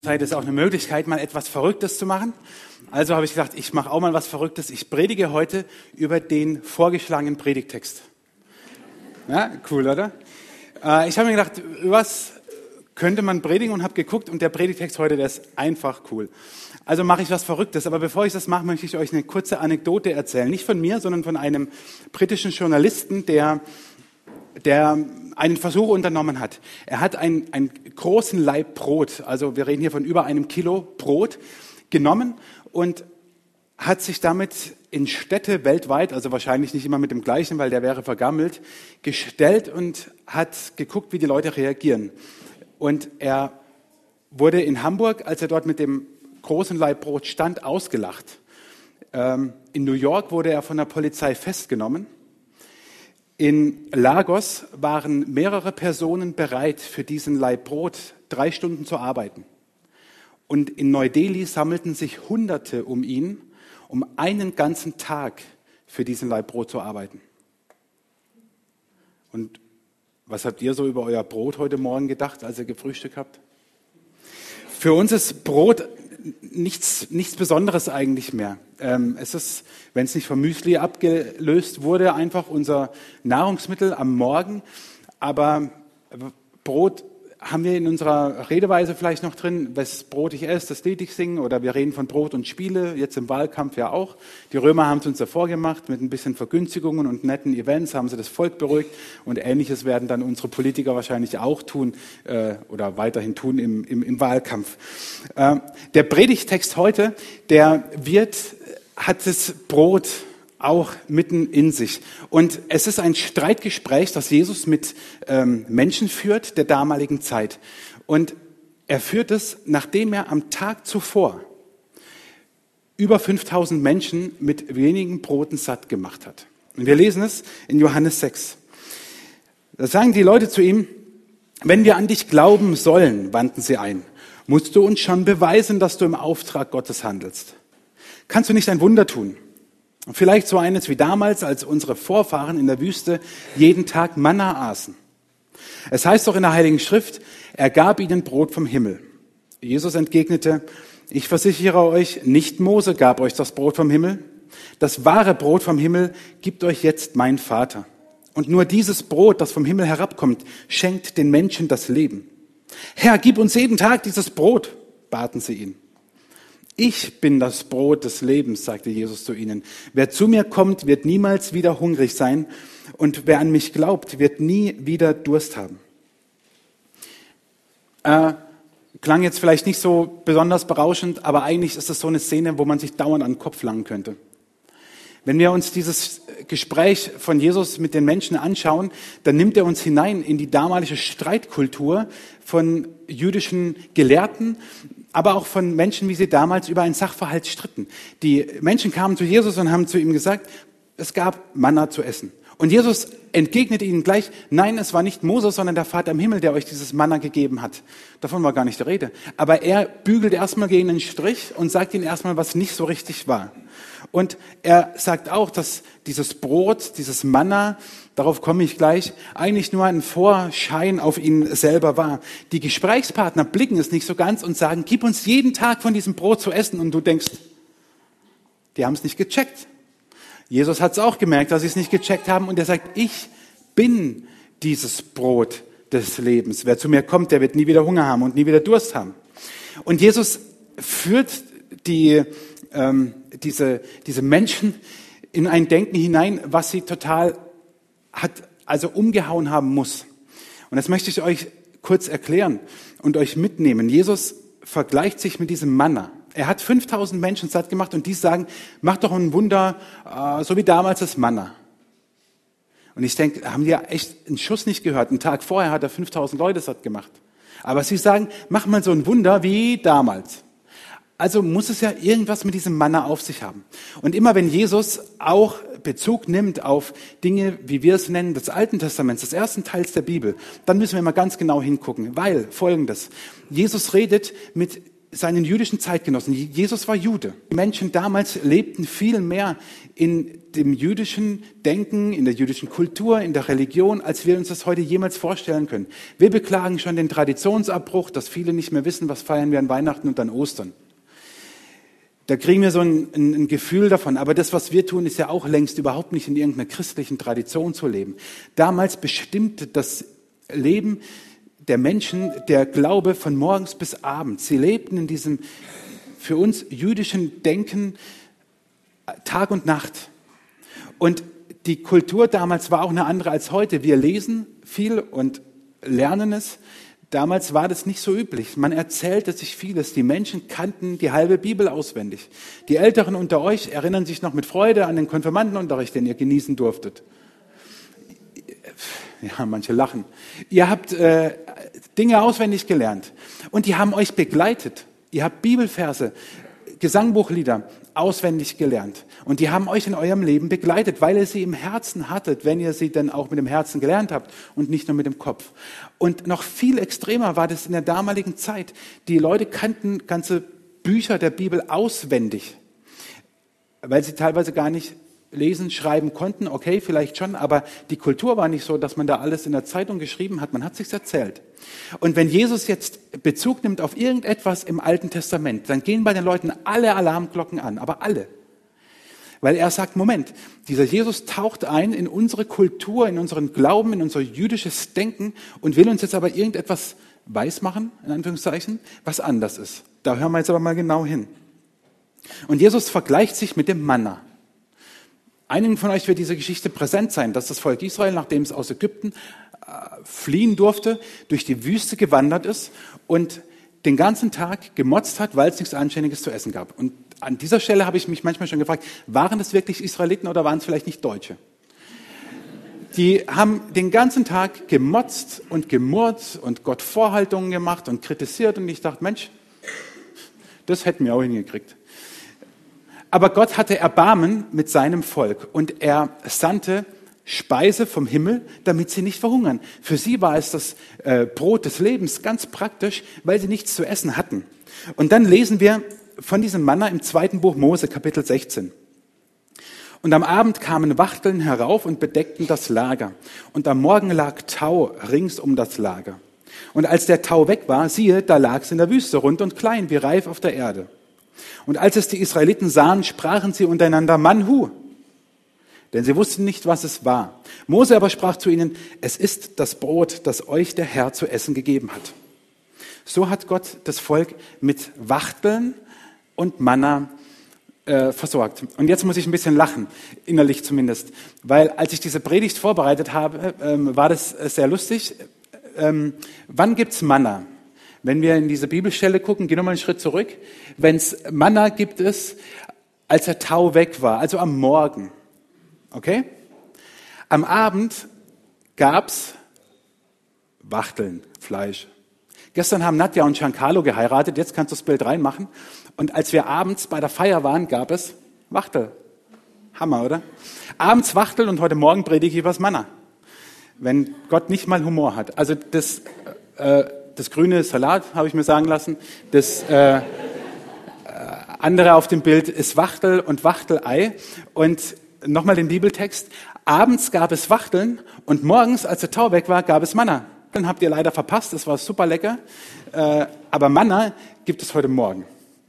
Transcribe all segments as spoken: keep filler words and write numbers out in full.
Zeit ist auch eine Möglichkeit, mal etwas Verrücktes zu machen. Also habe ich gedacht, ich mache auch mal was Verrücktes. Ich predige heute über den vorgeschlagenen Predigttext. Ja, cool, oder? Äh, ich habe mir gedacht, was könnte man predigen und habe geguckt und der Predigtext heute, der ist einfach cool. Also mache ich was Verrücktes. Aber bevor ich das mache, möchte ich euch eine kurze Anekdote erzählen. Nicht von mir, sondern von einem britischen Journalisten, der der einen Versuch unternommen hat. Er hat einen, einen großen Laib Brot, also wir reden hier von über einem Kilo Brot, genommen und hat sich damit in Städte weltweit, also wahrscheinlich nicht immer mit dem gleichen, weil der wäre vergammelt, gestellt und hat geguckt, wie die Leute reagieren. Und er wurde in Hamburg, als er dort mit dem großen Laib Brot stand, ausgelacht. Ähm, in New York wurde er von der Polizei festgenommen. In Lagos waren mehrere Personen bereit, für diesen Laib Brot drei Stunden zu arbeiten. Und in Neu-Delhi sammelten sich Hunderte um ihn, um einen ganzen Tag für diesen Laib Brot zu arbeiten. Und was habt ihr so über euer Brot heute Morgen gedacht, als ihr gefrühstückt habt? Für uns ist Brot nichts, nichts Besonderes eigentlich mehr. Ähm, es ist, wenn es nicht vom Müsli abgelöst wurde, einfach unser Nahrungsmittel am Morgen. Aber Brot haben wir in unserer Redeweise vielleicht noch drin, wes Brot ich esse, das Lied ich singe, oder wir reden von Brot und Spiele, jetzt im Wahlkampf ja auch. Die Römer haben es uns davor gemacht, mit ein bisschen Vergünstigungen und netten Events haben sie das Volk beruhigt und Ähnliches werden dann unsere Politiker wahrscheinlich auch tun äh, oder weiterhin tun im, im, im Wahlkampf. Äh, der Predigtext heute, der wird, hat das Brot auch mitten in sich. Und es ist ein Streitgespräch, das Jesus mit ähm, Menschen führt der damaligen Zeit. Und er führt es, nachdem er am Tag zuvor über fünftausend Menschen mit wenigen Broten satt gemacht hat. Und wir lesen es in Johannes sechs. Da sagen die Leute zu ihm, wenn wir an dich glauben sollen, wandten sie ein, musst du uns schon beweisen, dass du im Auftrag Gottes handelst. Kannst du nicht ein Wunder tun? Vielleicht so eines wie damals, als unsere Vorfahren in der Wüste jeden Tag Manna aßen. Es heißt doch in der Heiligen Schrift, er gab ihnen Brot vom Himmel. Jesus entgegnete, ich versichere euch, nicht Mose gab euch das Brot vom Himmel. Das wahre Brot vom Himmel gibt euch jetzt mein Vater. Und nur dieses Brot, das vom Himmel herabkommt, schenkt den Menschen das Leben. Herr, gib uns jeden Tag dieses Brot, baten sie ihn. Ich bin das Brot des Lebens, sagte Jesus zu ihnen. Wer zu mir kommt, wird niemals wieder hungrig sein und wer an mich glaubt, wird nie wieder Durst haben. Äh, klang jetzt vielleicht nicht so besonders berauschend, aber eigentlich ist das so eine Szene, wo man sich dauernd an den Kopf langen könnte. Wenn wir uns dieses Gespräch von Jesus mit den Menschen anschauen, dann nimmt er uns hinein in die damalige Streitkultur von jüdischen Gelehrten, aber auch von Menschen, wie sie damals über einen Sachverhalt stritten. Die Menschen kamen zu Jesus und haben zu ihm gesagt, es gab Manna zu essen. Und Jesus entgegnete ihnen gleich, nein, es war nicht Mose, sondern der Vater im Himmel, der euch dieses Manna gegeben hat. Davon war gar nicht die Rede. Aber er bügelt erstmal gegen den Strich und sagt ihnen erstmal, was nicht so richtig war. Und er sagt auch, dass dieses Brot, dieses Manna, darauf komme ich gleich, eigentlich nur ein Vorschein auf ihn selber war. Die Gesprächspartner blicken es nicht so ganz und sagen, gib uns jeden Tag von diesem Brot zu essen. Und du denkst, die haben es nicht gecheckt. Jesus hat es auch gemerkt, dass sie es nicht gecheckt haben. Und er sagt, ich bin dieses Brot des Lebens. Wer zu mir kommt, der wird nie wieder Hunger haben und nie wieder Durst haben. Und Jesus führt die ähm, diese, diese Menschen in ein Denken hinein, was sie total hat, also umgehauen haben muss. Und das möchte ich euch kurz erklären und euch mitnehmen. Jesus vergleicht sich mit diesem Manna. Er hat fünftausend Menschen satt gemacht und die sagen, mach doch ein Wunder, äh, so wie damals das Manna. Und ich denke, haben die ja echt einen Schuss nicht gehört. Einen Tag vorher hat er fünftausend Leute satt gemacht. Aber sie sagen, mach mal so ein Wunder wie damals. Also muss es ja irgendwas mit diesem Manna auf sich haben. Und immer wenn Jesus auch Bezug nimmt auf Dinge, wie wir es nennen, des Alten Testaments, des ersten Teils der Bibel, dann müssen wir mal ganz genau hingucken, weil Folgendes, Jesus redet mit seinen jüdischen Zeitgenossen. Jesus war Jude. Die Menschen damals lebten viel mehr in dem jüdischen Denken, in der jüdischen Kultur, in der Religion, als wir uns das heute jemals vorstellen können. Wir beklagen schon den Traditionsabbruch, dass viele nicht mehr wissen, was feiern wir an Weihnachten und an Ostern. Da kriegen wir so ein, ein, ein Gefühl davon. Aber das, was wir tun, ist ja auch längst überhaupt nicht in irgendeiner christlichen Tradition zu leben. Damals bestimmte das Leben der Menschen der Glaube von morgens bis abends. Sie lebten in diesem für uns jüdischen Denken Tag und Nacht. Und die Kultur damals war auch eine andere als heute. Wir lesen viel und lernen es. Damals war das nicht so üblich. Man erzählte sich vieles. Die Menschen kannten die halbe Bibel auswendig. Die Älteren unter euch erinnern sich noch mit Freude an den Konfirmandenunterricht, den ihr genießen durftet. Ja, manche lachen. Ihr habt äh, Dinge auswendig gelernt und die haben euch begleitet. Ihr habt Bibelverse, Gesangbuchlieder auswendig gelernt und die haben euch in eurem Leben begleitet, weil ihr sie im Herzen hattet, wenn ihr sie dann auch mit dem Herzen gelernt habt und nicht nur mit dem Kopf. Und noch viel extremer war das in der damaligen Zeit. Die Leute kannten ganze Bücher der Bibel auswendig, weil sie teilweise gar nicht lesen, schreiben konnten, okay, vielleicht schon, aber die Kultur war nicht so, dass man da alles in der Zeitung geschrieben hat, man hat sich's erzählt. Und wenn Jesus jetzt Bezug nimmt auf irgendetwas im Alten Testament, dann gehen bei den Leuten alle Alarmglocken an, aber alle. Weil er sagt, Moment, dieser Jesus taucht ein in unsere Kultur, in unseren Glauben, in unser jüdisches Denken und will uns jetzt aber irgendetwas weismachen, in Anführungszeichen, was anders ist. Da hören wir jetzt aber mal genau hin. Und Jesus vergleicht sich mit dem Manna. Einigen von euch wird diese Geschichte präsent sein, dass das Volk Israel, nachdem es aus Ägypten äh, fliehen durfte, durch die Wüste gewandert ist und den ganzen Tag gemotzt hat, weil es nichts Anständiges zu essen gab. Und an dieser Stelle habe ich mich manchmal schon gefragt, waren das wirklich Israeliten oder waren es vielleicht nicht Deutsche? Die haben den ganzen Tag gemotzt und gemurrt und Gott Vorhaltungen gemacht und kritisiert und ich dachte, Mensch, das hätten wir auch hingekriegt. Aber Gott hatte Erbarmen mit seinem Volk und er sandte Speise vom Himmel, damit sie nicht verhungern. Für sie war es das äh, Brot des Lebens, ganz praktisch, weil sie nichts zu essen hatten. Und dann lesen wir von diesem Manna im zweiten Buch Mose, Kapitel sechzehn. Und am Abend kamen Wachteln herauf und bedeckten das Lager. Und am Morgen lag Tau rings um das Lager. Und als der Tau weg war, siehe, da lag es in der Wüste, rund und klein, wie Reif auf der Erde. Und als es die Israeliten sahen, sprachen sie untereinander, Manhu, denn sie wussten nicht, was es war. Mose aber sprach zu ihnen, es ist das Brot, das euch der Herr zu essen gegeben hat. So hat Gott das Volk mit Wachteln und Manna äh, versorgt. Und jetzt muss ich ein bisschen lachen, innerlich zumindest, weil als ich diese Predigt vorbereitet habe, ähm, war das sehr lustig. Ähm, wann gibt's Manna? Wenn wir in diese Bibelstelle gucken, geh nochmal einen Schritt zurück. Wenn es Manna gibt es, als der Tau weg war, also am Morgen. Okay? Am Abend gab's Wachteln, Fleisch. Gestern haben Nadja und Giancarlo geheiratet, jetzt kannst du das Bild reinmachen. Und als wir abends bei der Feier waren, gab es Wachtel. Hammer, oder? Abends Wachtel und heute Morgen predige ich über das Manna. Wenn Gott nicht mal Humor hat. Also das... Äh, Das grüne Salat, habe ich mir sagen lassen. Das äh, äh, andere auf dem Bild ist Wachtel und Wachtelei. Und nochmal den Bibeltext. Abends gab es Wachteln und morgens, als der Tau weg war, gab es Manna. Dann habt ihr leider verpasst, das war super lecker. Äh, aber Manna gibt es heute Morgen.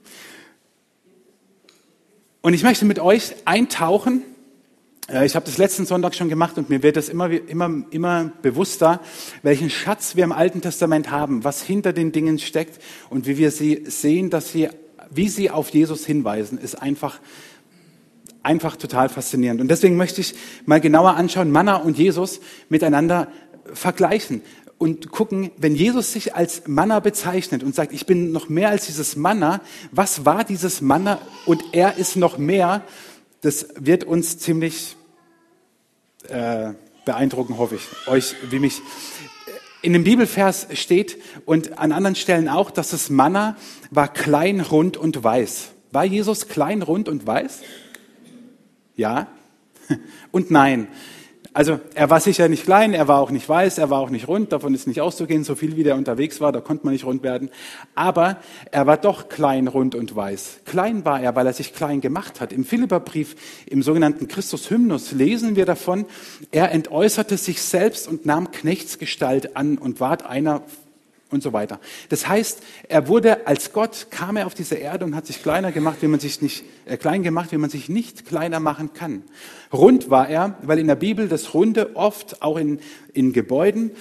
Und ich möchte mit euch eintauchen. Ich habe das letzten Sonntag schon gemacht und mir wird es immer, immer, immer bewusster, welchen Schatz wir im Alten Testament haben, was hinter den Dingen steckt und wie wir sie sehen, dass sie, wie sie auf Jesus hinweisen, ist einfach, einfach total faszinierend. Und deswegen möchte ich mal genauer anschauen, Manna und Jesus miteinander vergleichen und gucken, wenn Jesus sich als Manna bezeichnet und sagt, ich bin noch mehr als dieses Manna, was war dieses Manna und er ist noch mehr. Das wird uns ziemlich äh, beeindrucken, hoffe ich, euch wie mich. In dem Bibelvers steht und an anderen Stellen auch, dass das Manna war klein, rund und weiß. War Jesus klein, rund und weiß? Ja und nein. Also er war sicher nicht klein, er war auch nicht weiß, er war auch nicht rund, davon ist nicht auszugehen, so viel wie der unterwegs war, da konnte man nicht rund werden. Aber er war doch klein, rund und weiß. Klein war er, weil er sich klein gemacht hat. Im Philipperbrief, im sogenannten Christus-Hymnus, lesen wir davon, er entäußerte sich selbst und nahm Knechtsgestalt an und ward einer und so weiter. Das heißt, er wurde als Gott, kam er auf diese Erde und hat sich kleiner gemacht, wie man sich nicht, äh, klein gemacht, wie man sich nicht kleiner machen kann. Rund war er, weil in der Bibel das Runde oft, auch in, in Gebäuden,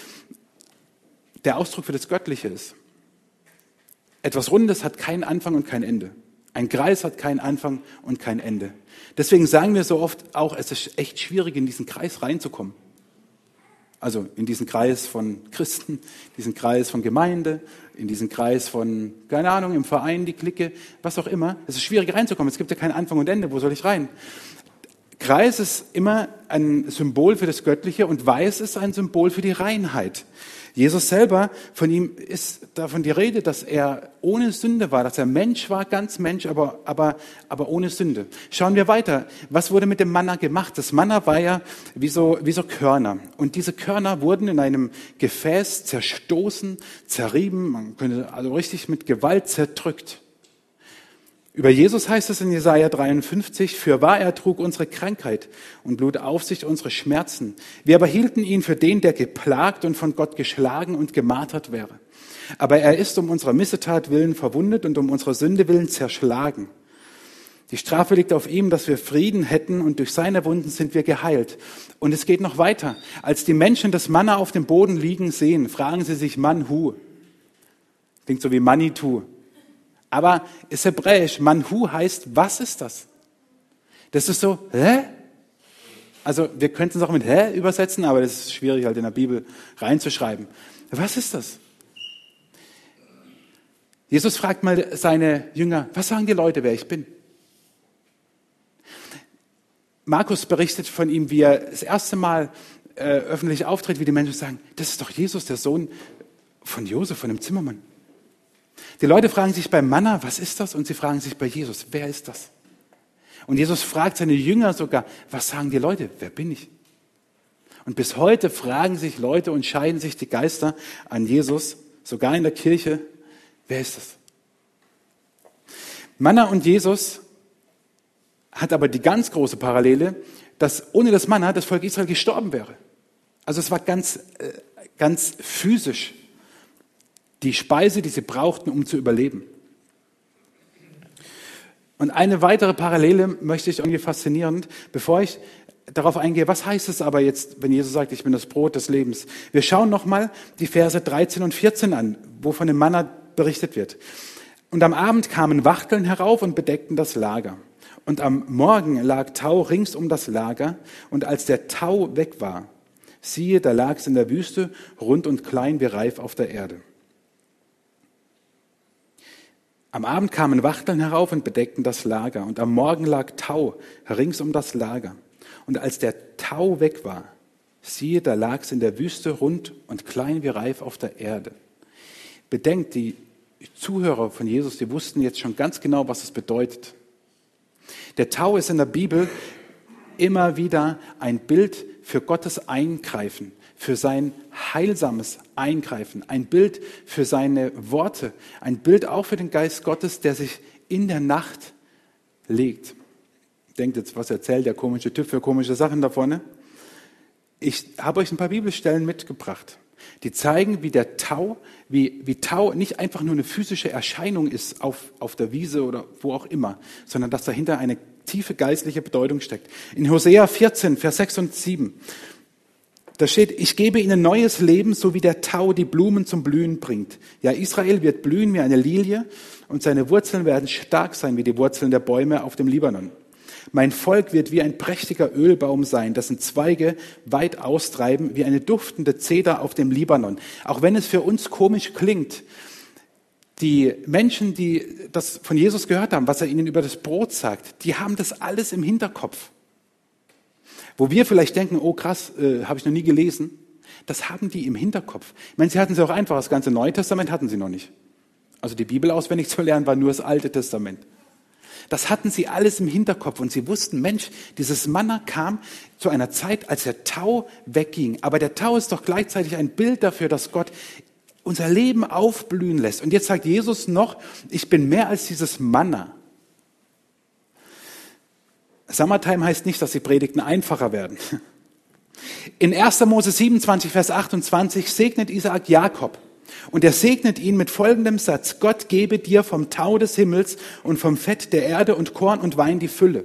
der Ausdruck für das Göttliche ist. Etwas Rundes hat keinen Anfang und kein Ende. Ein Kreis hat keinen Anfang und kein Ende. Deswegen sagen wir so oft auch, es ist echt schwierig, in diesen Kreis reinzukommen. Also in diesen Kreis von Christen, diesen Kreis von Gemeinde, in diesen Kreis von, keine Ahnung, im Verein, die Clique, was auch immer. Es ist schwierig reinzukommen. Es gibt ja keinen Anfang und Ende. Wo soll ich rein? Kreis ist immer ein Symbol für das Göttliche und weiß ist ein Symbol für die Reinheit. Jesus selber, von ihm ist davon die Rede, dass er ohne Sünde war, dass er Mensch war, ganz Mensch, aber, aber, aber ohne Sünde. Schauen wir weiter. Was wurde mit dem Manna gemacht? Das Manna war ja wie so, wie so Körner. Und diese Körner wurden in einem Gefäß zerstoßen, zerrieben, man könnte also richtig mit Gewalt zerdrückt. Über Jesus heißt es in Jesaja dreiundfünfzig, fürwahr er trug unsere Krankheit und lud auf sich unsere Schmerzen. Wir aber hielten ihn für den, der geplagt und von Gott geschlagen und gemartert wäre. Aber er ist um unserer Missetat willen verwundet und um unserer Sünde willen zerschlagen. Die Strafe liegt auf ihm, dass wir Frieden hätten und durch seine Wunden sind wir geheilt. Und es geht noch weiter. Als die Menschen das Manna auf dem Boden liegen sehen, fragen sie sich Manhu. Klingt so wie Manitou. Aber ist hebräisch. Manhu heißt, was ist das? Das ist so, hä? Also wir könnten es auch mit hä übersetzen, aber das ist schwierig halt in der Bibel reinzuschreiben. Was ist das? Jesus fragt mal seine Jünger, was sagen die Leute, wer ich bin? Markus berichtet von ihm, wie er das erste Mal äh, öffentlich auftritt, wie die Menschen sagen, das ist doch Jesus, der Sohn von Josef, von dem Zimmermann. Die Leute fragen sich bei Manna, was ist das? Und sie fragen sich bei Jesus, wer ist das? Und Jesus fragt seine Jünger sogar, was sagen die Leute? Wer bin ich? Und bis heute fragen sich Leute und scheiden sich die Geister an Jesus, sogar in der Kirche, wer ist das? Manna und Jesus hat aber die ganz große Parallele, dass ohne das Manna das Volk Israel gestorben wäre. Also es war ganz, ganz physisch die Speise, die sie brauchten, um zu überleben. Und eine weitere Parallele möchte ich irgendwie faszinierend, bevor ich darauf eingehe, was heißt es aber jetzt, wenn Jesus sagt, ich bin das Brot des Lebens. Wir schauen nochmal die Verse dreizehn und vierzehn an, wo von dem Manna berichtet wird. Und am Abend kamen Wachteln herauf und bedeckten das Lager. Und am Morgen lag Tau rings um das Lager. Und als der Tau weg war, siehe, da lag es in der Wüste, rund und klein wie Reif auf der Erde. Am Abend kamen Wachteln herauf und bedeckten das Lager. Und am Morgen lag Tau rings um das Lager. Und als der Tau weg war, siehe, da lag es in der Wüste rund und klein wie Reif auf der Erde. Bedenkt, die Zuhörer von Jesus, die wussten jetzt schon ganz genau, was es bedeutet. Der Tau ist in der Bibel immer wieder ein Bild für Gottes Eingreifen, für sein heilsames Eingreifen, ein Bild für seine Worte, ein Bild auch für den Geist Gottes, der sich in der Nacht legt. Denkt jetzt, was erzählt der komische Typ für komische Sachen da vorne? Ich habe euch ein paar Bibelstellen mitgebracht, die zeigen, wie der Tau, wie, wie Tau nicht einfach nur eine physische Erscheinung ist auf, auf der Wiese oder wo auch immer, sondern dass dahinter eine tiefe geistliche Bedeutung steckt. In Hosea vierzehn, Vers sechs und sieben, da steht, ich gebe ihnen neues Leben, so wie der Tau die Blumen zum Blühen bringt. Ja, Israel wird blühen wie eine Lilie und seine Wurzeln werden stark sein wie die Wurzeln der Bäume auf dem Libanon. Mein Volk wird wie ein prächtiger Ölbaum sein, dessen Zweige weit austreiben, wie eine duftende Zeder auf dem Libanon. Auch wenn es für uns komisch klingt, die Menschen, die das von Jesus gehört haben, was er ihnen über das Brot sagt, die haben das alles im Hinterkopf. Wo wir vielleicht denken, oh krass, äh, habe ich noch nie gelesen, das haben die im Hinterkopf. Ich meine, sie hatten es auch einfach, das ganze Neue Testament hatten sie noch nicht. Also die Bibel auswendig zu lernen, war nur das Alte Testament. Das hatten sie alles im Hinterkopf und sie wussten, Mensch, dieses Manna kam zu einer Zeit, als der Tau wegging. Aber der Tau ist doch gleichzeitig ein Bild dafür, dass Gott unser Leben aufblühen lässt. Und jetzt sagt Jesus noch, ich bin mehr als dieses Manna. Summertime heißt nicht, dass die Predigten einfacher werden. In erster Mose siebenundzwanzig, Vers achtundzwanzig segnet Isaak Jakob. Und er segnet ihn mit folgendem Satz: Gott gebe dir vom Tau des Himmels und vom Fett der Erde und Korn und Wein die Fülle.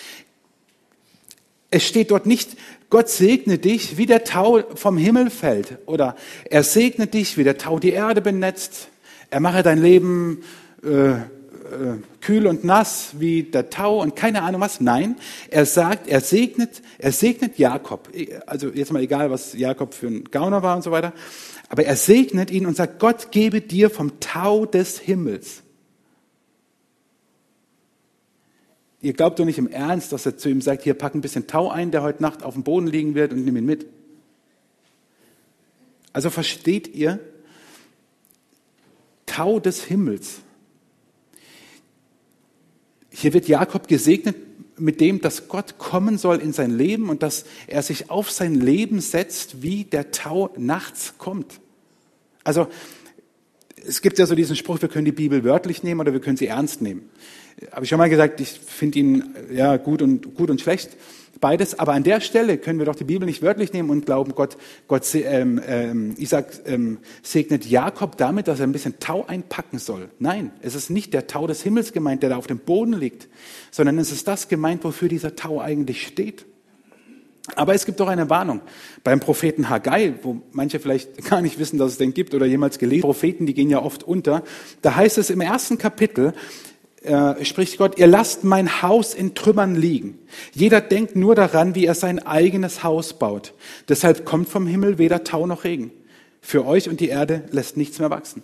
Es steht dort nicht, Gott segne dich, wie der Tau vom Himmel fällt. Oder er segnet dich, wie der Tau die Erde benetzt. Er mache dein Leben äh, äh, kühl und nass, wie der Tau und keine Ahnung was. Nein, er sagt, er segnet, er segnet Jakob. Also jetzt mal egal, was Jakob für ein Gauner war und so weiter. Aber er segnet ihn und sagt, Gott gebe dir vom Tau des Himmels. Ihr glaubt doch nicht im Ernst, dass er zu ihm sagt, hier pack ein bisschen Tau ein, der heute Nacht auf dem Boden liegen wird und nimm ihn mit. Also versteht ihr, Tau des Himmels. Hier wird Jakob gesegnet mit dem, dass Gott kommen soll in sein Leben und dass er sich auf sein Leben setzt, wie der Tau nachts kommt. Also es gibt ja so diesen Spruch, wir können die Bibel wörtlich nehmen oder wir können sie ernst nehmen. Habe ich schon mal gesagt, ich finde ihn ja gut und gut und schlecht, beides. Aber an der Stelle können wir doch die Bibel nicht wörtlich nehmen und glauben, Gott, Gott ähm, ähm, Isaac ähm, segnet Jakob damit, dass er ein bisschen Tau einpacken soll. Nein, es ist nicht der Tau des Himmels gemeint, der da auf dem Boden liegt, sondern es ist das gemeint, wofür dieser Tau eigentlich steht. Aber es gibt doch eine Warnung beim Propheten Haggai, wo manche vielleicht gar nicht wissen, dass es den gibt oder jemals gelesen. Propheten, die gehen ja oft unter. Da heißt es im ersten Kapitel, äh, spricht Gott, ihr lasst mein Haus in Trümmern liegen. Jeder denkt nur daran, wie er sein eigenes Haus baut. Deshalb kommt vom Himmel weder Tau noch Regen. Für euch und die Erde lässt nichts mehr wachsen.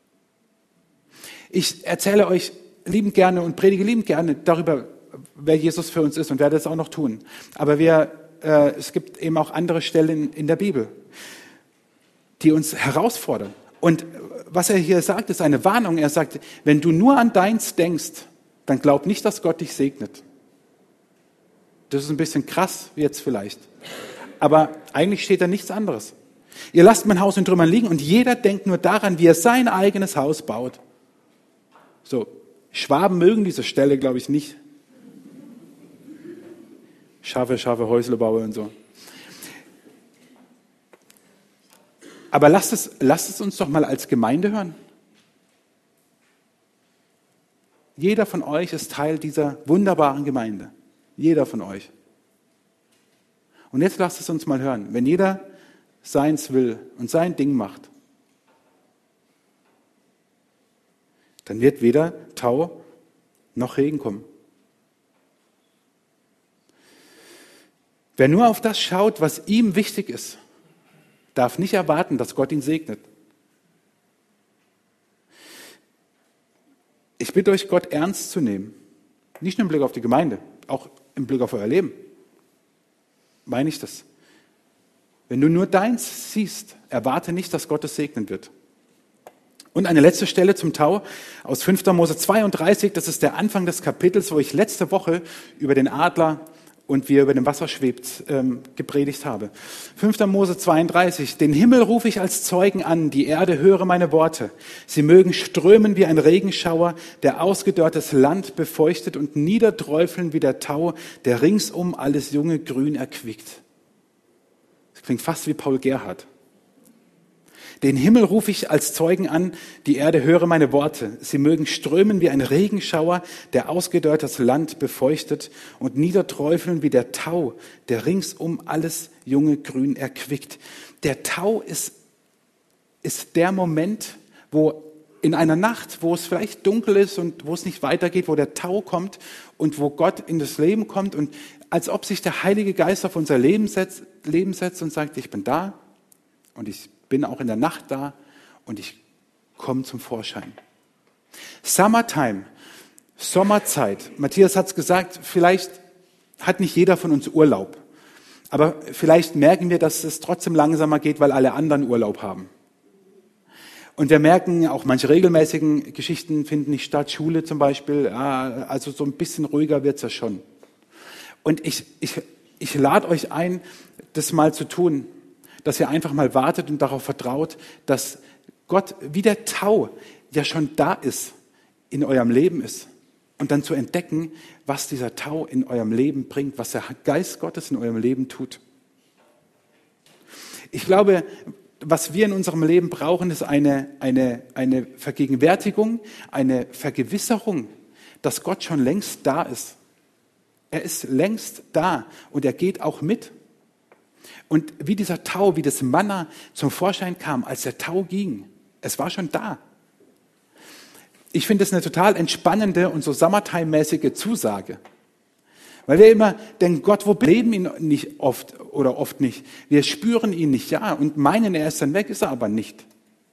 Ich erzähle euch liebend gerne und predige liebend gerne darüber, wer Jesus für uns ist und werde es auch noch tun. Aber wir es gibt eben auch andere Stellen in der Bibel, die uns herausfordern. Und was er hier sagt, ist eine Warnung. Er sagt, wenn du nur an deins denkst, dann glaub nicht, dass Gott dich segnet. Das ist ein bisschen krass jetzt vielleicht. Aber eigentlich steht da nichts anderes. Ihr lasst mein Haus in Trümmern liegen und jeder denkt nur daran, wie er sein eigenes Haus baut. So, Schwaben mögen diese Stelle, glaube ich, nicht. Scharfe, scharfe Häusle baue und so. Aber lasst es, lasst es uns doch mal als Gemeinde hören. Jeder von euch ist Teil dieser wunderbaren Gemeinde. Jeder von euch. Und jetzt lasst es uns mal hören. Wenn jeder seins will und sein Ding macht, dann wird weder Tau noch Regen kommen. Wer nur auf das schaut, was ihm wichtig ist, darf nicht erwarten, dass Gott ihn segnet. Ich bitte euch, Gott ernst zu nehmen. Nicht nur im Blick auf die Gemeinde, auch im Blick auf euer Leben. Meine ich das. Wenn du nur deins siehst, erwarte nicht, dass Gott es segnen wird. Und eine letzte Stelle zum Tau aus fünfter Mose zweiunddreißig, das ist der Anfang des Kapitels, wo ich letzte Woche über den Adler und wie er über dem Wasser schwebt, ähm, gepredigt habe. fünfter Mose zweiunddreißig. Den Himmel rufe ich als Zeugen an, die Erde höre meine Worte. Sie mögen strömen wie ein Regenschauer, der ausgedörrtes Land befeuchtet und niederträufeln wie der Tau, der ringsum alles junge Grün erquickt. Das klingt fast wie Paul Gerhardt. Den Himmel rufe ich als Zeugen an, die Erde höre meine Worte. Sie mögen strömen wie ein Regenschauer, der ausgedörrtes Land befeuchtet und niederträufeln wie der Tau, der ringsum alles junge Grün erquickt. Der Tau ist, ist der Moment, wo in einer Nacht, wo es vielleicht dunkel ist und wo es nicht weitergeht, wo der Tau kommt und wo Gott in das Leben kommt und als ob sich der Heilige Geist auf unser Leben setzt, Leben setzt und sagt, ich bin da und ich bin auch in der Nacht da und ich komme zum Vorschein. Summertime, Sommerzeit. Matthias hat es gesagt, vielleicht hat nicht jeder von uns Urlaub. Aber vielleicht merken wir, dass es trotzdem langsamer geht, weil alle anderen Urlaub haben. Und wir merken, auch manche regelmäßigen Geschichten finden nicht statt, Schule zum Beispiel, ja, also so ein bisschen ruhiger wird's ja schon. Und ich, ich, ich lade euch ein, das mal zu tun, dass ihr einfach mal wartet und darauf vertraut, dass Gott wie der Tau ja schon da ist, in eurem Leben ist. Und dann zu entdecken, was dieser Tau in eurem Leben bringt, was der Geist Gottes in eurem Leben tut. Ich glaube, was wir in unserem Leben brauchen, ist eine, eine, eine Vergegenwärtigung, eine Vergewisserung, dass Gott schon längst da ist. Er ist längst da und er geht auch mit. Und wie dieser Tau, wie das Manna zum Vorschein kam, als der Tau ging, es war schon da. Ich finde es eine total entspannende und so Summertime-mäßige Zusage. Weil wir immer denken, Gott, wo leben ihn nicht oft oder oft nicht? Wir spüren ihn nicht, ja, und meinen, er ist dann weg, ist er aber nicht.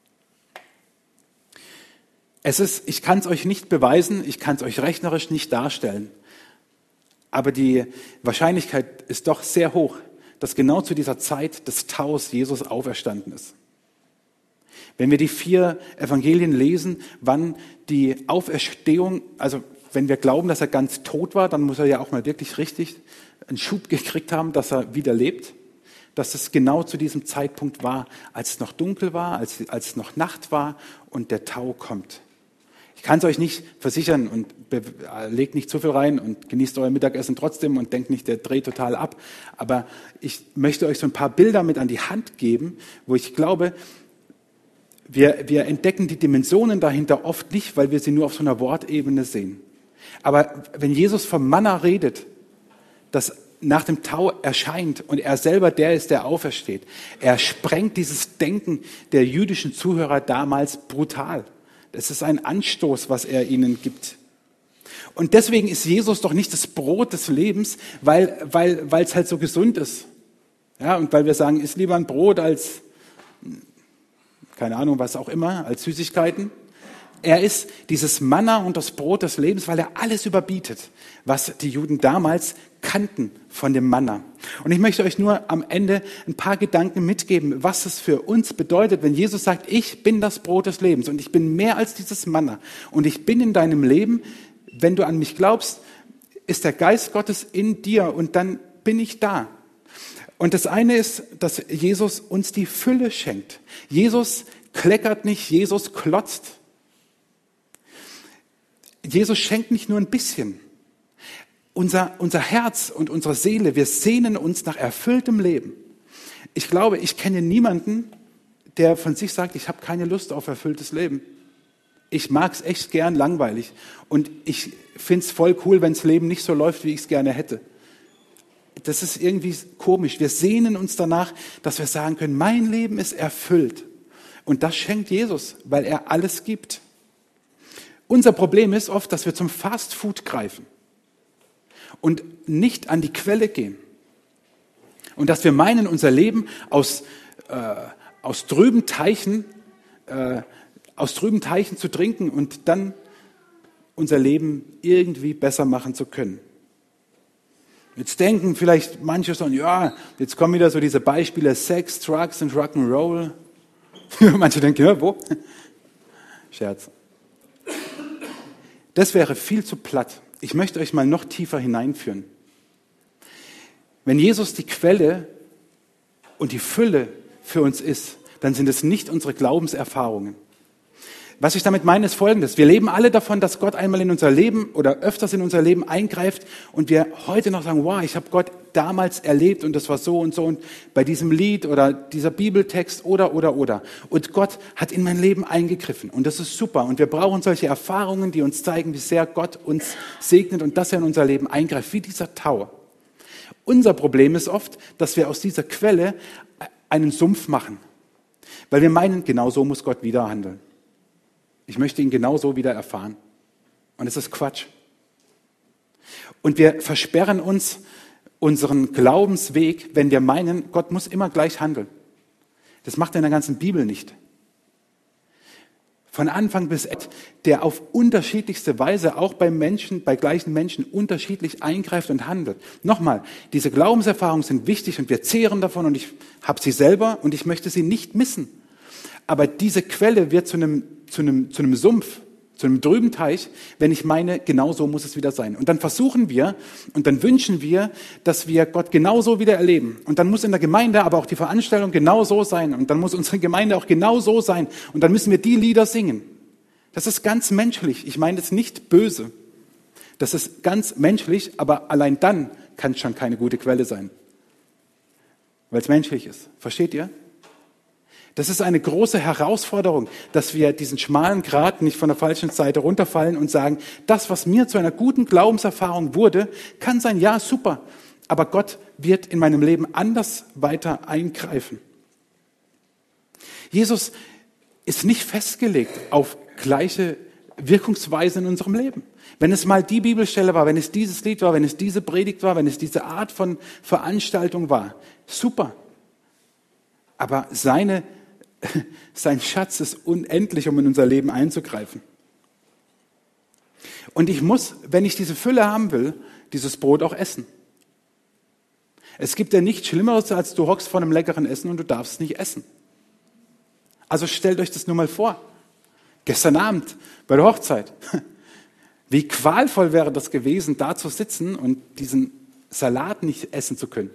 Es ist, ich kann es euch nicht beweisen, ich kann es euch rechnerisch nicht darstellen. Aber die Wahrscheinlichkeit ist doch sehr hoch, dass genau zu dieser Zeit des Taus Jesus auferstanden ist. Wenn wir die vier Evangelien lesen, wann die Auferstehung, also wenn wir glauben, dass er ganz tot war, dann muss er ja auch mal wirklich richtig einen Schub gekriegt haben, dass er wieder lebt. Dass es genau zu diesem Zeitpunkt war, als es noch dunkel war, als, als es noch Nacht war und der Tau kommt. Ich kann es euch nicht versichern und be- legt nicht zu viel rein und genießt euer Mittagessen trotzdem und denkt nicht, der dreht total ab. Aber ich möchte euch so ein paar Bilder mit an die Hand geben, wo ich glaube, wir, wir entdecken die Dimensionen dahinter oft nicht, weil wir sie nur auf so einer Wortebene sehen. Aber wenn Jesus vom Manna redet, das nach dem Tau erscheint und er selber der ist, der aufersteht, er sprengt dieses Denken der jüdischen Zuhörer damals brutal. Das ist ein Anstoß, was er ihnen gibt. Und deswegen ist Jesus doch nicht das Brot des Lebens, weil, weil, weil es halt so gesund ist. Ja, und weil wir sagen, isst lieber ein Brot als, keine Ahnung, was auch immer, als Süßigkeiten. Er ist dieses Manna und das Brot des Lebens, weil er alles überbietet, was die Juden damals kannten von dem Manna. Und ich möchte euch nur am Ende ein paar Gedanken mitgeben, was es für uns bedeutet, wenn Jesus sagt, ich bin das Brot des Lebens und ich bin mehr als dieses Manna und ich bin in deinem Leben, wenn du an mich glaubst, ist der Geist Gottes in dir und dann bin ich da. Und das eine ist, dass Jesus uns die Fülle schenkt. Jesus kleckert nicht, Jesus klotzt. Jesus schenkt nicht nur ein bisschen. Unser, unser Herz und unsere Seele, wir sehnen uns nach erfülltem Leben. Ich glaube, ich kenne niemanden, der von sich sagt, ich habe keine Lust auf erfülltes Leben. Ich mag es echt gern langweilig. Und ich finde es voll cool, wenn das Leben nicht so läuft, wie ich es gerne hätte. Das ist irgendwie komisch. Wir sehnen uns danach, dass wir sagen können, mein Leben ist erfüllt. Und das schenkt Jesus, weil er alles gibt. Unser Problem ist oft, dass wir zum Fast Food greifen und nicht an die Quelle gehen. Und dass wir meinen, unser Leben aus, äh, aus trüben Teichen, äh, aus trüben Teichen zu trinken und dann unser Leben irgendwie besser machen zu können. Jetzt denken vielleicht manche so, ja, jetzt kommen wieder so diese Beispiele Sex, Drugs und Rock'n'Roll. Manche denken, ja, wo? Scherz. Das wäre viel zu platt. Ich möchte euch mal noch tiefer hineinführen. Wenn Jesus die Quelle und die Fülle für uns ist, dann sind es nicht unsere Glaubenserfahrungen. Was ich damit meine, ist Folgendes. Wir leben alle davon, dass Gott einmal in unser Leben oder öfters in unser Leben eingreift und wir heute noch sagen, wow, ich habe Gott damals erlebt und das war so und so und bei diesem Lied oder dieser Bibeltext oder, oder, oder. Und Gott hat in mein Leben eingegriffen und das ist super und wir brauchen solche Erfahrungen, die uns zeigen, wie sehr Gott uns segnet und dass er in unser Leben eingreift, wie dieser Tau. Unser Problem ist oft, dass wir aus dieser Quelle einen Sumpf machen, weil wir meinen, genau so muss Gott wieder handeln. Ich möchte ihn genauso wieder erfahren. Und es ist Quatsch. Und wir versperren uns unseren Glaubensweg, wenn wir meinen, Gott muss immer gleich handeln. Das macht er in der ganzen Bibel nicht. Von Anfang bis Ende, der auf unterschiedlichste Weise auch bei Menschen, bei gleichen Menschen unterschiedlich eingreift und handelt. Nochmal, diese Glaubenserfahrungen sind wichtig und wir zehren davon und ich habe sie selber und ich möchte sie nicht missen. Aber diese Quelle wird zu einem, zu einem, zu einem Sumpf, zu einem trüben Teich, wenn ich meine, genau so muss es wieder sein. Und dann versuchen wir und dann wünschen wir, dass wir Gott genauso wieder erleben. Und dann muss in der Gemeinde aber auch die Veranstaltung genau so sein. Und dann muss unsere Gemeinde auch genau so sein. Und dann müssen wir die Lieder singen. Das ist ganz menschlich. Ich meine das nicht böse. Das ist ganz menschlich, aber allein dann kann es schon keine gute Quelle sein. Weil es menschlich ist. Versteht ihr? Das ist eine große Herausforderung, dass wir diesen schmalen Grat nicht von der falschen Seite runterfallen und sagen, das, was mir zu einer guten Glaubenserfahrung wurde, kann sein, ja, super, aber Gott wird in meinem Leben anders weiter eingreifen. Jesus ist nicht festgelegt auf gleiche Wirkungsweise in unserem Leben. Wenn es mal die Bibelstelle war, wenn es dieses Lied war, wenn es diese Predigt war, wenn es diese Art von Veranstaltung war, super. Aber seine Sein Schatz ist unendlich, um in unser Leben einzugreifen. Und ich muss, wenn ich diese Fülle haben will, dieses Brot auch essen. Es gibt ja nichts Schlimmeres, als du hockst vor einem leckeren Essen und du darfst es nicht essen. Also stellt euch das nur mal vor. Gestern Abend bei der Hochzeit. Wie qualvoll wäre das gewesen, da zu sitzen und diesen Salat nicht essen zu können.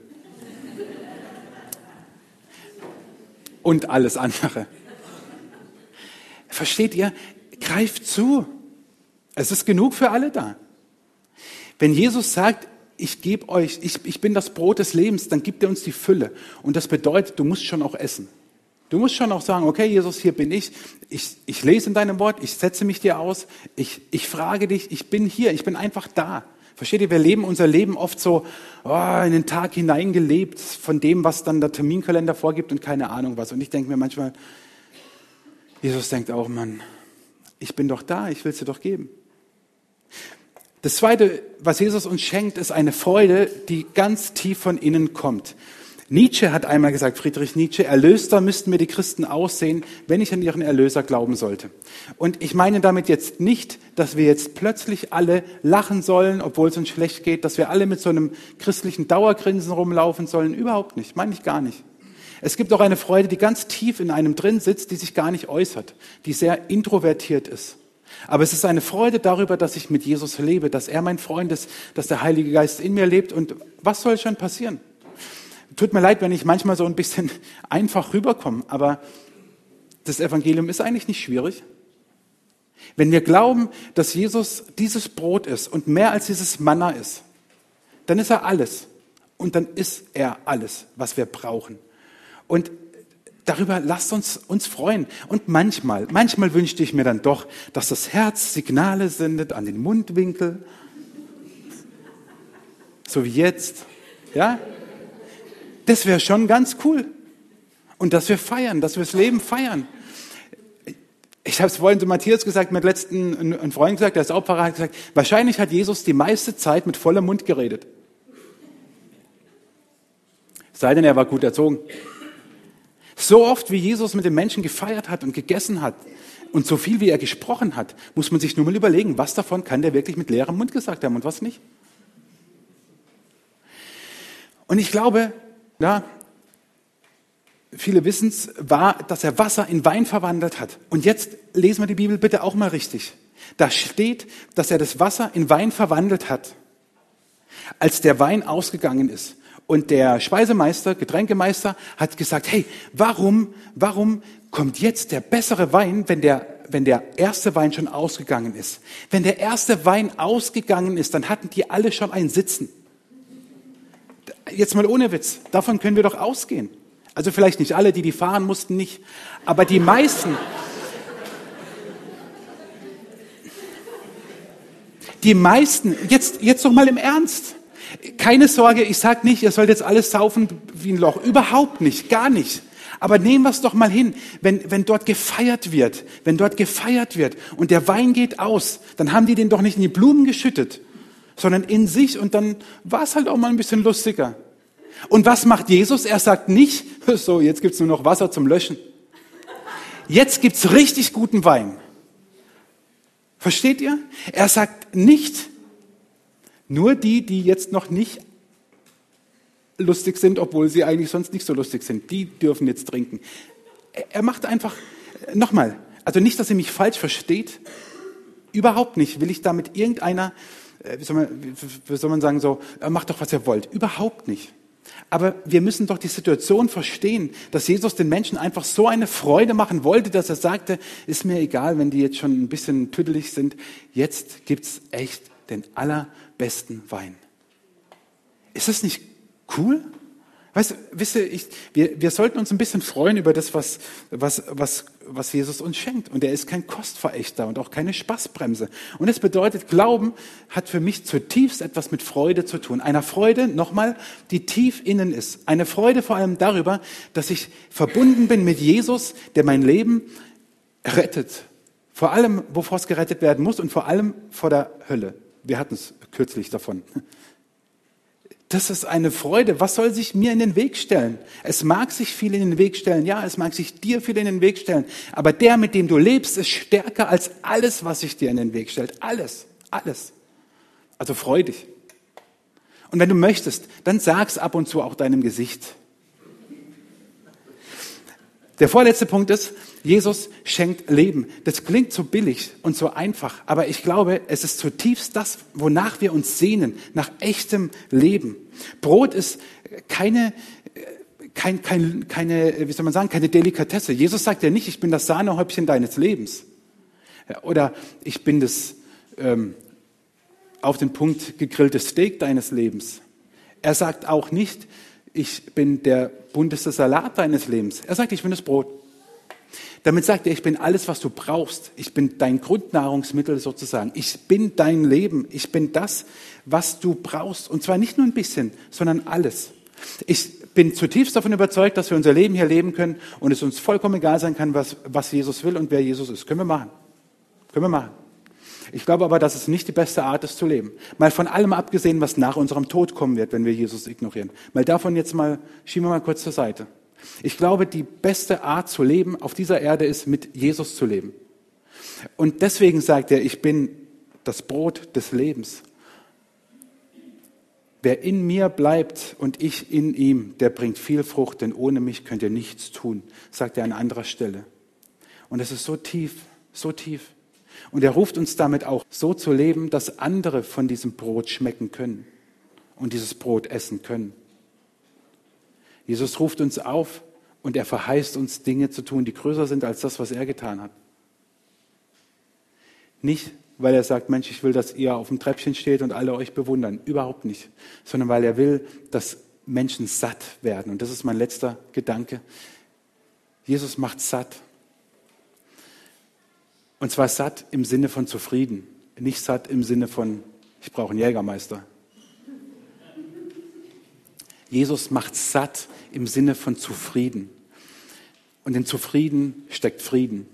Und alles andere. Versteht ihr? Greift zu. Es ist genug für alle da. Wenn Jesus sagt, ich gebe euch, ich, ich bin das Brot des Lebens, dann gibt er uns die Fülle. Und das bedeutet, du musst schon auch essen. Du musst schon auch sagen, okay, Jesus, hier bin ich. Ich, ich lese in deinem Wort, ich setze mich dir aus, ich, ich frage dich, ich bin hier, ich bin einfach da. Versteht ihr, wir leben unser Leben oft so oh, in den Tag hineingelebt von dem, was dann der Terminkalender vorgibt und keine Ahnung was. Und ich denke mir manchmal, Jesus denkt auch, Mann, ich bin doch da, ich will es dir doch geben. Das Zweite, was Jesus uns schenkt, ist eine Freude, die ganz tief von innen kommt. Nietzsche hat einmal gesagt, Friedrich Nietzsche, erlöster müssten mir die Christen aussehen, wenn ich an ihren Erlöser glauben sollte. Und ich meine damit jetzt nicht, dass wir jetzt plötzlich alle lachen sollen, obwohl es uns schlecht geht, dass wir alle mit so einem christlichen Dauergrinsen rumlaufen sollen. Überhaupt nicht, meine ich gar nicht. Es gibt auch eine Freude, die ganz tief in einem drin sitzt, die sich gar nicht äußert, die sehr introvertiert ist. Aber es ist eine Freude darüber, dass ich mit Jesus lebe, dass er mein Freund ist, dass der Heilige Geist in mir lebt. Und was soll schon passieren? Tut mir leid, wenn ich manchmal so ein bisschen einfach rüberkomme, aber das Evangelium ist eigentlich nicht schwierig. Wenn wir glauben, dass Jesus dieses Brot ist und mehr als dieses Manna ist, dann ist er alles. Und dann ist er alles, was wir brauchen. Und darüber lasst uns uns freuen. Und manchmal, manchmal wünschte ich mir dann doch, dass das Herz Signale sendet an den Mundwinkel. So wie jetzt. Ja? Das wäre schon ganz cool. Und dass wir feiern, dass wir das Leben feiern. Ich habe es vorhin zu Matthias gesagt, mir hat letzten ein Freund gesagt, der ist auch Pfarrer, hat gesagt, wahrscheinlich hat Jesus die meiste Zeit mit vollem Mund geredet. Sei denn, er war gut erzogen. So oft, wie Jesus mit den Menschen gefeiert hat und gegessen hat und so viel, wie er gesprochen hat, muss man sich nur mal überlegen, was davon kann der wirklich mit leerem Mund gesagt haben und was nicht. Und ich glaube, ja, viele wissen es, war, dass er Wasser in Wein verwandelt hat. Und jetzt lesen wir die Bibel bitte auch mal richtig. Da steht, dass er das Wasser in Wein verwandelt hat, als der Wein ausgegangen ist. Und der Speisemeister, Getränkemeister, hat gesagt, hey, warum, warum kommt jetzt der bessere Wein, wenn der, wenn der erste Wein schon ausgegangen ist? Wenn der erste Wein ausgegangen ist, dann hatten die alle schon ein Sitzen. Jetzt mal ohne Witz, davon können wir doch ausgehen. Also vielleicht nicht alle, die die fahren mussten, nicht. Aber die meisten, die meisten, jetzt, jetzt doch mal im Ernst. Keine Sorge, ich sage nicht, ihr sollt jetzt alles saufen wie ein Loch. Überhaupt nicht, gar nicht. Aber nehmen wir es doch mal hin, wenn, wenn dort gefeiert wird, wenn dort gefeiert wird und der Wein geht aus, dann haben die den doch nicht in die Blumen geschüttet, sondern in sich und dann war es halt auch mal ein bisschen lustiger. Und was macht Jesus? Er sagt nicht, so, jetzt gibt's nur noch Wasser zum Löschen. Jetzt gibt's richtig guten Wein. Versteht ihr? Er sagt nicht, nur die, die jetzt noch nicht lustig sind, obwohl sie eigentlich sonst nicht so lustig sind, die dürfen jetzt trinken. er macht einfach, nochmal, also nicht, dass ihr mich falsch versteht, überhaupt nicht, will ich damit irgendeiner, wie soll man, wie soll man sagen, so, macht doch, was ihr wollt. Überhaupt nicht. Aber wir müssen doch die Situation verstehen, dass Jesus den Menschen einfach so eine Freude machen wollte, dass er sagte, ist mir egal, wenn die jetzt schon ein bisschen tüdelig sind, jetzt gibt's echt den allerbesten Wein. Ist das nicht cool? Weißt du, wisst ihr, ich, wir, wir sollten uns ein bisschen freuen über das, was, was, was, was Jesus uns schenkt. Und er ist kein Kostverächter und auch keine Spaßbremse. Und das bedeutet, Glauben hat für mich zutiefst etwas mit Freude zu tun. Einer Freude, nochmal, die tief innen ist. Eine Freude vor allem darüber, dass ich verbunden bin mit Jesus, der mein Leben rettet. Vor allem, wovor es gerettet werden muss und vor allem vor der Hölle. Wir hatten es kürzlich davon. Das ist eine Freude. Was soll sich mir in den Weg stellen? Es mag sich viel in den Weg stellen. Ja, es mag sich dir viel in den Weg stellen. Aber der, mit dem du lebst, ist stärker als alles, was sich dir in den Weg stellt. Alles, alles. Also freu dich. Und wenn du möchtest, dann sag's ab und zu auch deinem Gesicht. Der vorletzte Punkt ist, Jesus schenkt Leben. Das klingt so billig und so einfach, aber ich glaube, es ist zutiefst das, wonach wir uns sehnen, nach echtem Leben. Brot ist keine, kein, kein, keine, wie soll man sagen, keine Delikatesse. Jesus sagt ja nicht, ich bin das Sahnehäubchen deines Lebens. Oder ich bin das ähm, auf den Punkt gegrillte Steak deines Lebens. Er sagt auch nicht, ich bin der bunteste Salat deines Lebens. Er sagt, ich bin das Brot. Damit sagt er, ich bin alles, was du brauchst. Ich bin dein Grundnahrungsmittel sozusagen. Ich bin dein Leben. Ich bin das, was du brauchst. Und zwar nicht nur ein bisschen, sondern alles. Ich bin zutiefst davon überzeugt, dass wir unser Leben hier leben können und es uns vollkommen egal sein kann, was, was Jesus will und wer Jesus ist. Können wir machen. Können wir machen. Ich glaube aber, dass es nicht die beste Art ist zu leben. Mal von allem abgesehen, was nach unserem Tod kommen wird, wenn wir Jesus ignorieren. Mal davon jetzt mal, schieben wir mal kurz zur Seite. Ich glaube, die beste Art zu leben auf dieser Erde ist, mit Jesus zu leben. Und deswegen sagt er, ich bin das Brot des Lebens. Wer in mir bleibt und ich in ihm, der bringt viel Frucht, denn ohne mich könnt ihr nichts tun, sagt er an anderer Stelle. Und es ist so tief, so tief. Und er ruft uns damit auch so zu leben, dass andere von diesem Brot schmecken können und dieses Brot essen können. Jesus ruft uns auf und er verheißt uns Dinge zu tun, die größer sind als das, was er getan hat. Nicht, weil er sagt, Mensch, ich will, dass ihr auf dem Treppchen steht und alle euch bewundern. Überhaupt nicht. Sondern weil er will, dass Menschen satt werden. Und das ist mein letzter Gedanke. Jesus macht satt. Und zwar satt im Sinne von zufrieden. Nicht satt im Sinne von, ich brauche einen Jägermeister. Jesus macht satt im Sinne von zufrieden. Und in zufrieden steckt Frieden.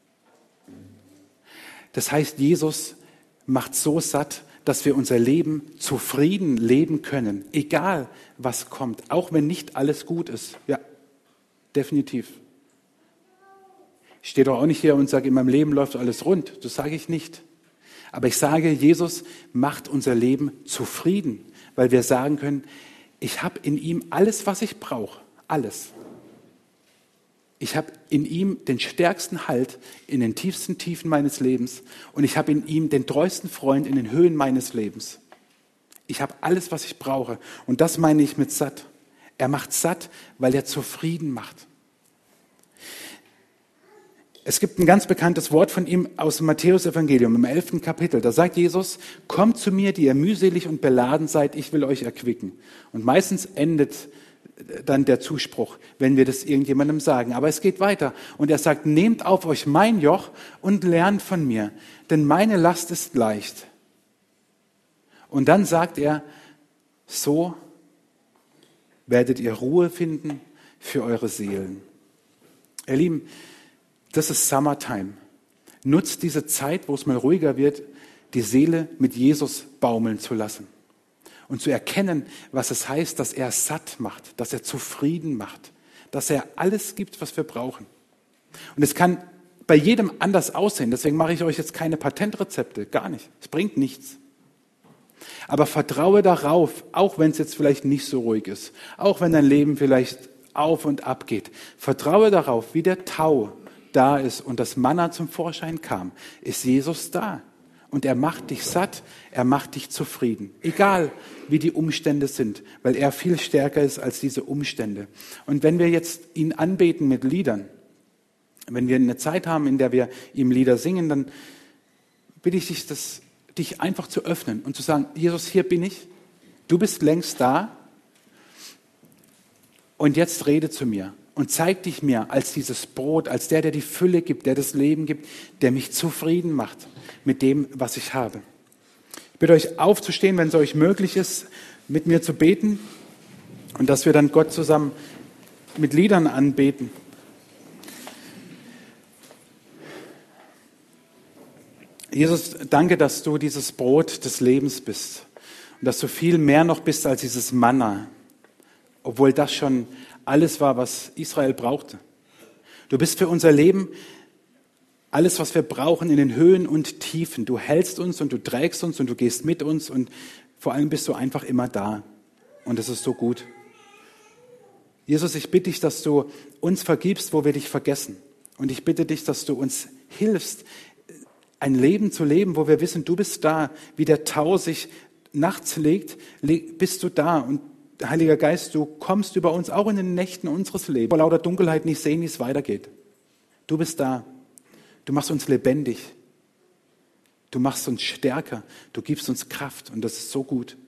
Das heißt, Jesus macht so satt, dass wir unser Leben zufrieden leben können. Egal, was kommt. Auch wenn nicht alles gut ist. Ja, definitiv. Ich stehe doch auch nicht hier und sage, in meinem Leben läuft alles rund. Das sage ich nicht. Aber ich sage, Jesus macht unser Leben zufrieden, weil wir sagen können, ich habe in ihm alles, was ich brauche. Alles. Ich habe in ihm den stärksten Halt in den tiefsten Tiefen meines Lebens und ich habe in ihm den treuesten Freund in den Höhen meines Lebens. Ich habe alles, was ich brauche. Und das meine ich mit satt. Er macht satt, weil er zufrieden macht. Es gibt ein ganz bekanntes Wort von ihm aus dem Matthäus-Evangelium im elften Kapitel. Da sagt Jesus, kommt zu mir, die ihr mühselig und beladen seid, ich will euch erquicken. Und meistens endet dann der Zuspruch, wenn wir das irgendjemandem sagen. Aber es geht weiter. Und er sagt, nehmt auf euch mein Joch und lernt von mir, denn meine Last ist leicht. Und dann sagt er, so werdet ihr Ruhe finden für eure Seelen. Ihr Lieben, das ist Summertime. Nutzt diese Zeit, wo es mal ruhiger wird, die Seele mit Jesus baumeln zu lassen. Und zu erkennen, was es heißt, dass er satt macht, dass er zufrieden macht, dass er alles gibt, was wir brauchen. Und es kann bei jedem anders aussehen. Deswegen mache ich euch jetzt keine Patentrezepte, gar nicht. Es bringt nichts. Aber vertraue darauf, auch wenn es jetzt vielleicht nicht so ruhig ist, auch wenn dein Leben vielleicht auf und ab geht. Vertraue darauf, wie der Tau da ist und das Manna zum Vorschein kam, ist Jesus da. Und er macht dich satt, er macht dich zufrieden. Egal, wie die Umstände sind, weil er viel stärker ist als diese Umstände. Und wenn wir jetzt ihn anbeten mit Liedern, wenn wir eine Zeit haben, in der wir ihm Lieder singen, dann bitte ich dich, das, dich einfach zu öffnen und zu sagen, Jesus, hier bin ich, du bist längst da und jetzt rede zu mir. Und zeig dich mir als dieses Brot, als der, der die Fülle gibt, der das Leben gibt, der mich zufrieden macht mit dem, was ich habe. Ich bitte euch aufzustehen, wenn es euch möglich ist, mit mir zu beten und dass wir dann Gott zusammen mit Liedern anbeten. Jesus, danke, dass du dieses Brot des Lebens bist und dass du viel mehr noch bist als dieses Manna, obwohl das schon alles war, was Israel brauchte. Du bist für unser Leben alles, was wir brauchen in den Höhen und Tiefen. Du hältst uns und du trägst uns und du gehst mit uns und vor allem bist du einfach immer da. Und das ist so gut. Jesus, ich bitte dich, dass du uns vergibst, wo wir dich vergessen. Und ich bitte dich, dass du uns hilfst, ein Leben zu leben, wo wir wissen, du bist da, wie der Tau sich nachts legt, bist du da. Und Heiliger Geist, du kommst über uns auch in den Nächten unseres Lebens, vor lauter Dunkelheit nicht sehen, wie es weitergeht. Du bist da. Du machst uns lebendig. Du machst uns stärker. Du gibst uns Kraft und das ist so gut.